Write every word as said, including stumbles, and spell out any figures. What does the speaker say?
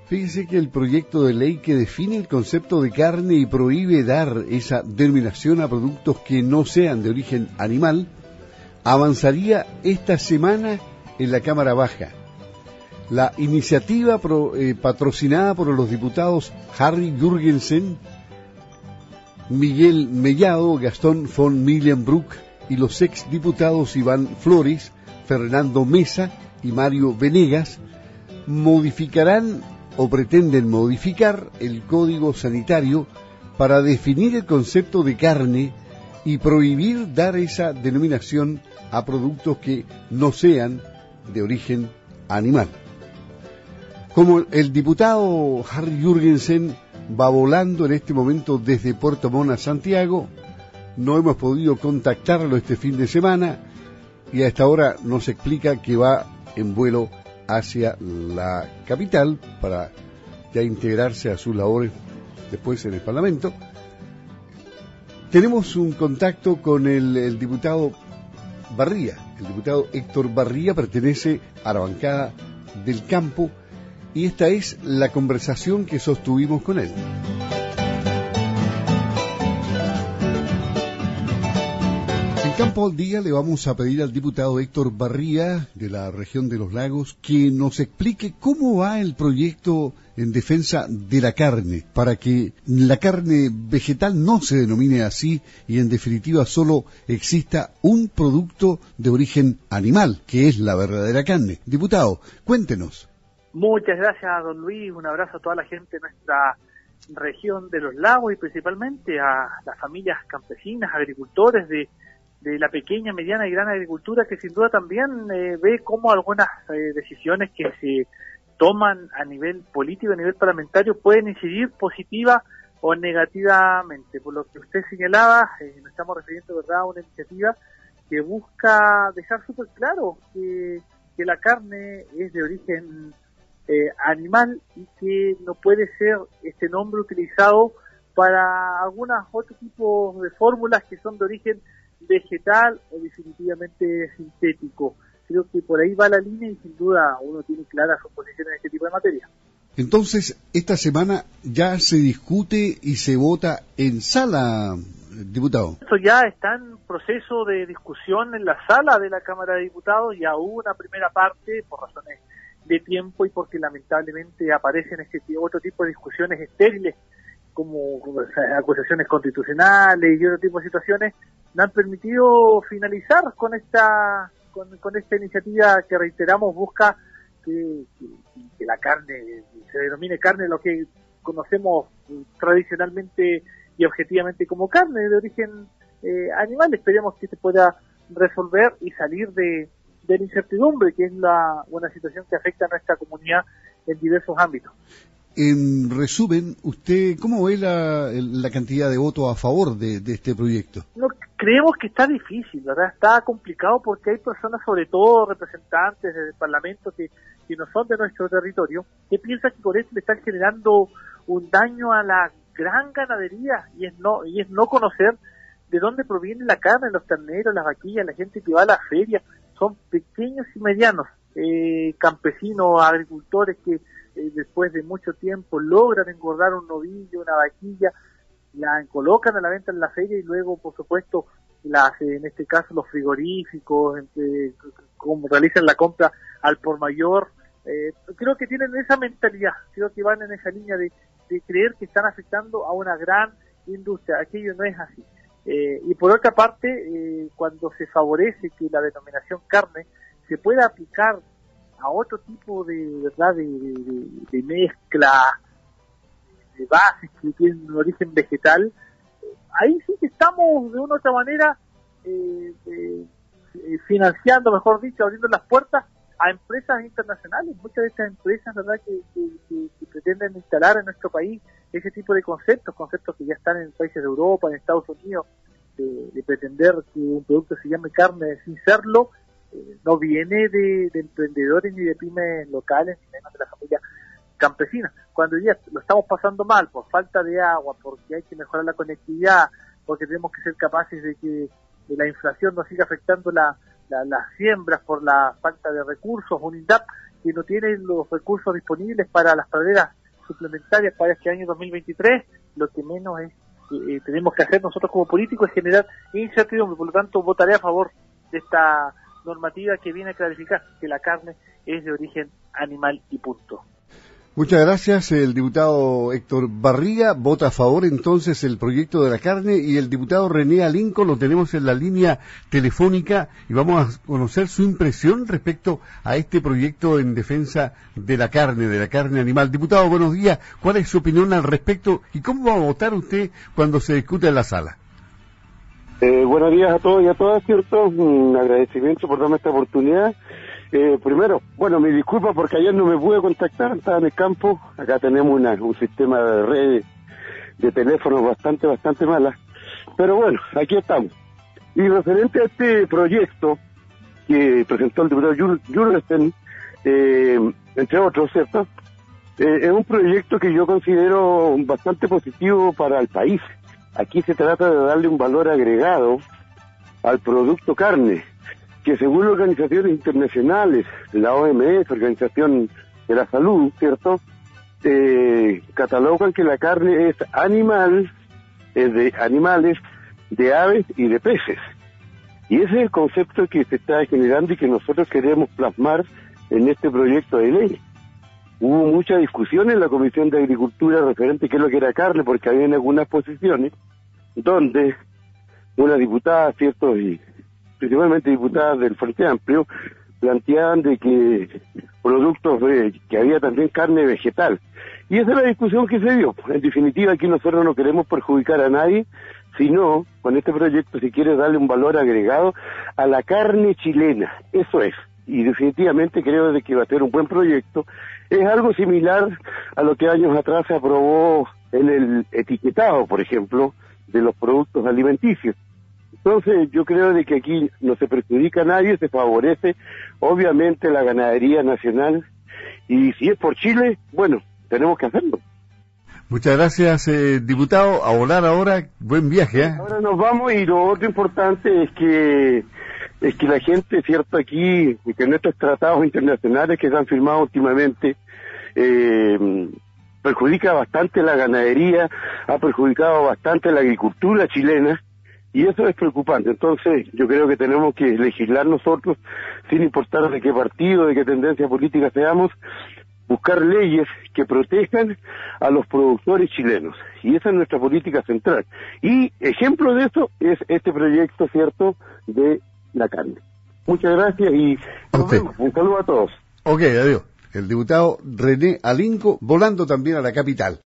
Fíjese que el proyecto de ley que define el concepto de carne y prohíbe dar esa denominación a productos que no sean de origen animal, avanzaría esta semana en la Cámara Baja. La iniciativa pro, eh, patrocinada por los diputados Harry Jürgensen, Miguel Mellado, Gastón von Millenbroek y los exdiputados Iván Flores, Fernando Mesa y Mario Venegas, modificarán o pretenden modificar el Código Sanitario para definir el concepto de carne y prohibir dar esa denominación a productos que no sean de origen animal. Como el diputado Harry Jürgensen va volando en este momento desde Puerto Montt a Santiago, no hemos podido contactarlo este fin de semana y a esta hora nos explica que va en vuelo hacia la capital para ya integrarse a sus labores después en el Parlamento. Tenemos un contacto con el, el diputado Barría. El diputado Héctor Barría pertenece a la bancada del campo y esta es la conversación que sostuvimos con él. En Campo al Día le vamos a pedir al diputado Héctor Barría de la región de Los Lagos que nos explique cómo va el proyecto en defensa de la carne, para que la carne vegetal no se denomine así y en definitiva solo exista un producto de origen animal, que es la verdadera carne. Diputado, cuéntenos. Muchas gracias, don Luis. Un abrazo a toda la gente de nuestra región de Los Lagos y principalmente a las familias campesinas, agricultores de, de la pequeña, mediana y gran agricultura, que sin duda también eh, ve cómo algunas eh, decisiones que se toman a nivel político, a nivel parlamentario, pueden incidir positiva o negativamente. Por lo que usted señalaba, eh, nos estamos refiriendo, ¿verdad?, a una iniciativa que busca dejar súper claro que, que la carne es de origen eh, animal y que no puede ser este nombre utilizado para algunos otros tipos de fórmulas que son de origen vegetal o definitivamente sintético. Creo que por ahí va la línea y sin duda uno tiene clara su posición en este tipo de materia. Entonces, esta semana ya se discute y se vota en sala, diputado. Esto ya está en proceso de discusión en la sala de la Cámara de Diputados. Ya hubo una primera parte por razones de tiempo y porque lamentablemente aparecen este otro tipo de discusiones estériles como, como o sea, acusaciones constitucionales y otro tipo de situaciones, me han permitido finalizar con esta con, con esta iniciativa que, reiteramos, busca que, que, que la carne se denomine carne, lo que conocemos tradicionalmente y objetivamente como carne de origen eh, animal. Esperemos que se pueda resolver y salir de, de la incertidumbre, que es la una situación que afecta a nuestra comunidad en diversos ámbitos. En resumen, ¿usted cómo ve la, la cantidad de votos a favor de, de este proyecto? No, creemos que está difícil, ¿verdad? Está complicado porque hay personas, sobre todo representantes del Parlamento, que, que no son de nuestro territorio, que piensan que con esto le están generando un daño a la gran ganadería y es no y es no conocer de dónde proviene la carne, los terneros, las vaquillas, la gente que va a la feria. Son pequeños y medianos eh, campesinos, agricultores que eh, después de mucho tiempo logran engordar un novillo, una vaquilla, la colocan a la venta en la feria y luego, por supuesto, las, en este caso los frigoríficos, eh, como realizan la compra al por mayor. Eh, creo que tienen esa mentalidad, creo que van en esa línea de, de creer que están afectando a una gran industria. Aquello no es así. Eh, y por otra parte, eh, cuando se favorece que la denominación carne se pueda aplicar a otro tipo de, ¿verdad?, de, de, de mezcla de bases que tienen un origen vegetal, ahí sí que estamos de una u otra manera eh, eh, financiando, mejor dicho, abriendo las puertas a empresas internacionales. Muchas de estas empresas, ¿verdad?, que, que, que, que pretenden instalar en nuestro país ese tipo de conceptos, conceptos que ya están en países de Europa, en Estados Unidos, de, de pretender que un producto se llame carne sin serlo, eh, no viene de, de emprendedores ni de pymes locales, ni menos de la familia campesina. Cuando hoy día lo estamos pasando mal por falta de agua, porque hay que mejorar la conectividad, porque tenemos que ser capaces de que de la inflación no siga afectando la, la, las siembras por la falta de recursos, UNINDAP, que no tiene los recursos disponibles para las praderas suplementarias para este año dos mil veintitrés, lo que menos es eh, tenemos que hacer nosotros como políticos es generar incertidumbre. Por lo tanto, votaré a favor de esta normativa que viene a clarificar que la carne es de origen animal y punto. Muchas gracias. El diputado Héctor Barriga vota a favor entonces el proyecto de la carne, y el diputado René Alinco lo tenemos en la línea telefónica y vamos a conocer su impresión respecto a este proyecto en defensa de la carne, de la carne animal. Diputado, buenos días. ¿Cuál es su opinión al respecto y cómo va a votar usted cuando se discute en la sala? Eh, buenos días a todos y a todas, ¿cierto? Un agradecimiento por darme esta oportunidad. Eh, primero, bueno, mi disculpa porque ayer no me pude contactar, estaba en el campo. Acá tenemos una, un sistema de red de teléfonos bastante, bastante mala. Pero bueno, aquí estamos. Y referente a este proyecto que presentó el diputado Jürgensen, eh, entre otros, ¿cierto? Eh, es un proyecto que yo considero bastante positivo para el país. Aquí se trata de darle un valor agregado al producto carne, que según organizaciones internacionales, la O M S, Organización de la Salud, ¿cierto?, eh, catalogan que la carne es animal, es de animales, de aves y de peces. Y ese es el concepto que se está generando y que nosotros queremos plasmar en este proyecto de ley. Hubo mucha discusión en la Comisión de Agricultura referente a qué es lo que era carne, porque había algunas posiciones donde una diputada, ¿cierto?, y principalmente diputadas del Frente Amplio, planteaban de que productos de, que había también carne vegetal. Y esa es la discusión que se dio. En definitiva, aquí nosotros no queremos perjudicar a nadie, sino, con este proyecto, si quiere darle un valor agregado a la carne chilena. Eso es. Y definitivamente creo de que va a ser un buen proyecto. Es algo similar a lo que años atrás se aprobó en el etiquetado, por ejemplo, de los productos alimenticios. Entonces yo creo de que aquí no se perjudica a nadie, se favorece obviamente la ganadería nacional, y si es por Chile, bueno, tenemos que hacerlo. Muchas gracias, eh, diputado. A volar ahora, buen viaje, ¿eh? Ahora nos vamos, y lo otro importante es que es que la gente, cierto, aquí, que en estos tratados internacionales que se han firmado últimamente, eh, perjudica bastante la ganadería, ha perjudicado bastante la agricultura chilena, y eso es preocupante. Entonces yo creo que tenemos que legislar nosotros, sin importar de qué partido, de qué tendencia política seamos, buscar leyes que protejan a los productores chilenos, y esa es nuestra política central. Y ejemplo de eso es este proyecto, cierto, de la carne. Muchas gracias y nos vemos. Un saludo a todos. Ok, adiós. El diputado René Alinco, volando también a la capital.